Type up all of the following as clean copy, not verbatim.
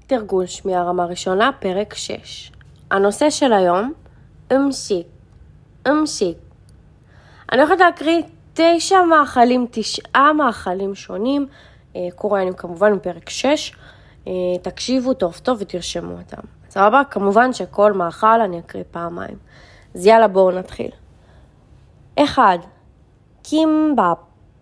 תרגול שמיעה רמה ראשונה, פרק 6. הנושא של היום, אמשיק. אני הולכת להקריא 9 מאכלים שונים, קוריאנים כמובן מפרק 6. תקשיבו טוב ותרשמו אותם. סבבה? כמובן שכל מאכל אני אקריא פעמיים. אז יאללה, בואו נתחיל. 1. קימבאפ.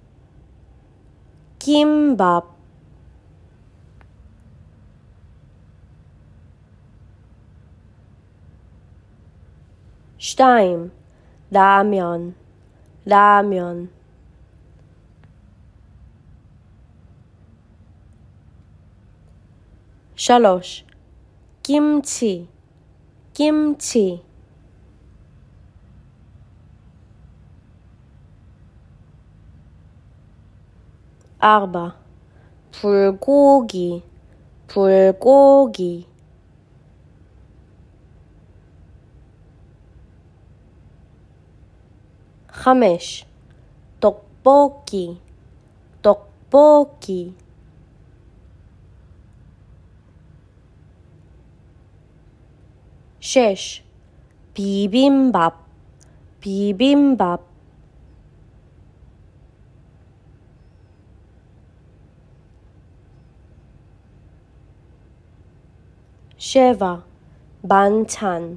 2. 라면. 3. 김치. 4. 불고기. 5. 떡볶이. 6. 비빔밥. 7. 반찬.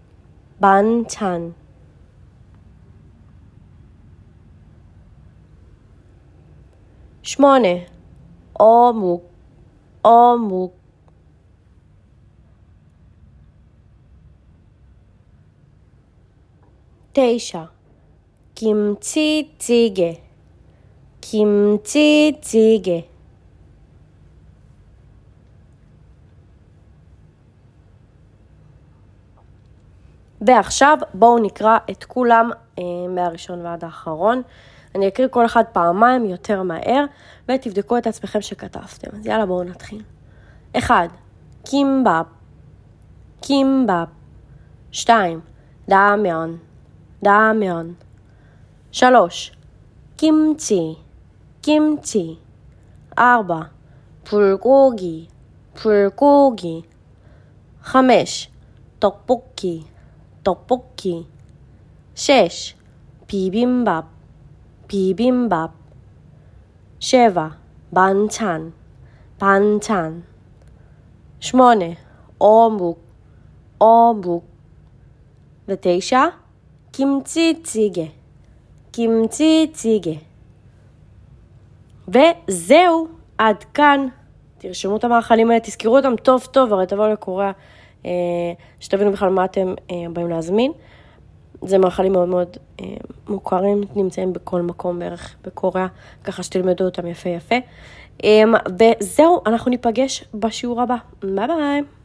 8. 어묵. 9. 김치찌개. ועכשיו בואו נקרא את כולם מהראשון ועד האחרון. אני אקריא כל אחד פעמיים יותר מהר, ותבדקו את עצמכם שכתבתם. אז יאללה, בואו נתחיל. 1. קימבאפ. 2. 라면. 3. 김치. 4. 불고기. 5. 떡볶이. 6. 비빔밥. 7. 반찬. 8. 어묵. 9. 김치찌개. וזהו, עד כאן. תרשמו את המאכלים האלה, תזכרו אותם טוב, הרי תבואו לקוריאה, שתבינו בכלל מה אתם באים להזמין. זה מאכלים מאוד מאוד מוכרים, נמצאים בכל מקום בערך בקוריאה, ככה שתלמדו אותם יפה. וזהו, אנחנו ניפגש בשיעור הבא. ביי.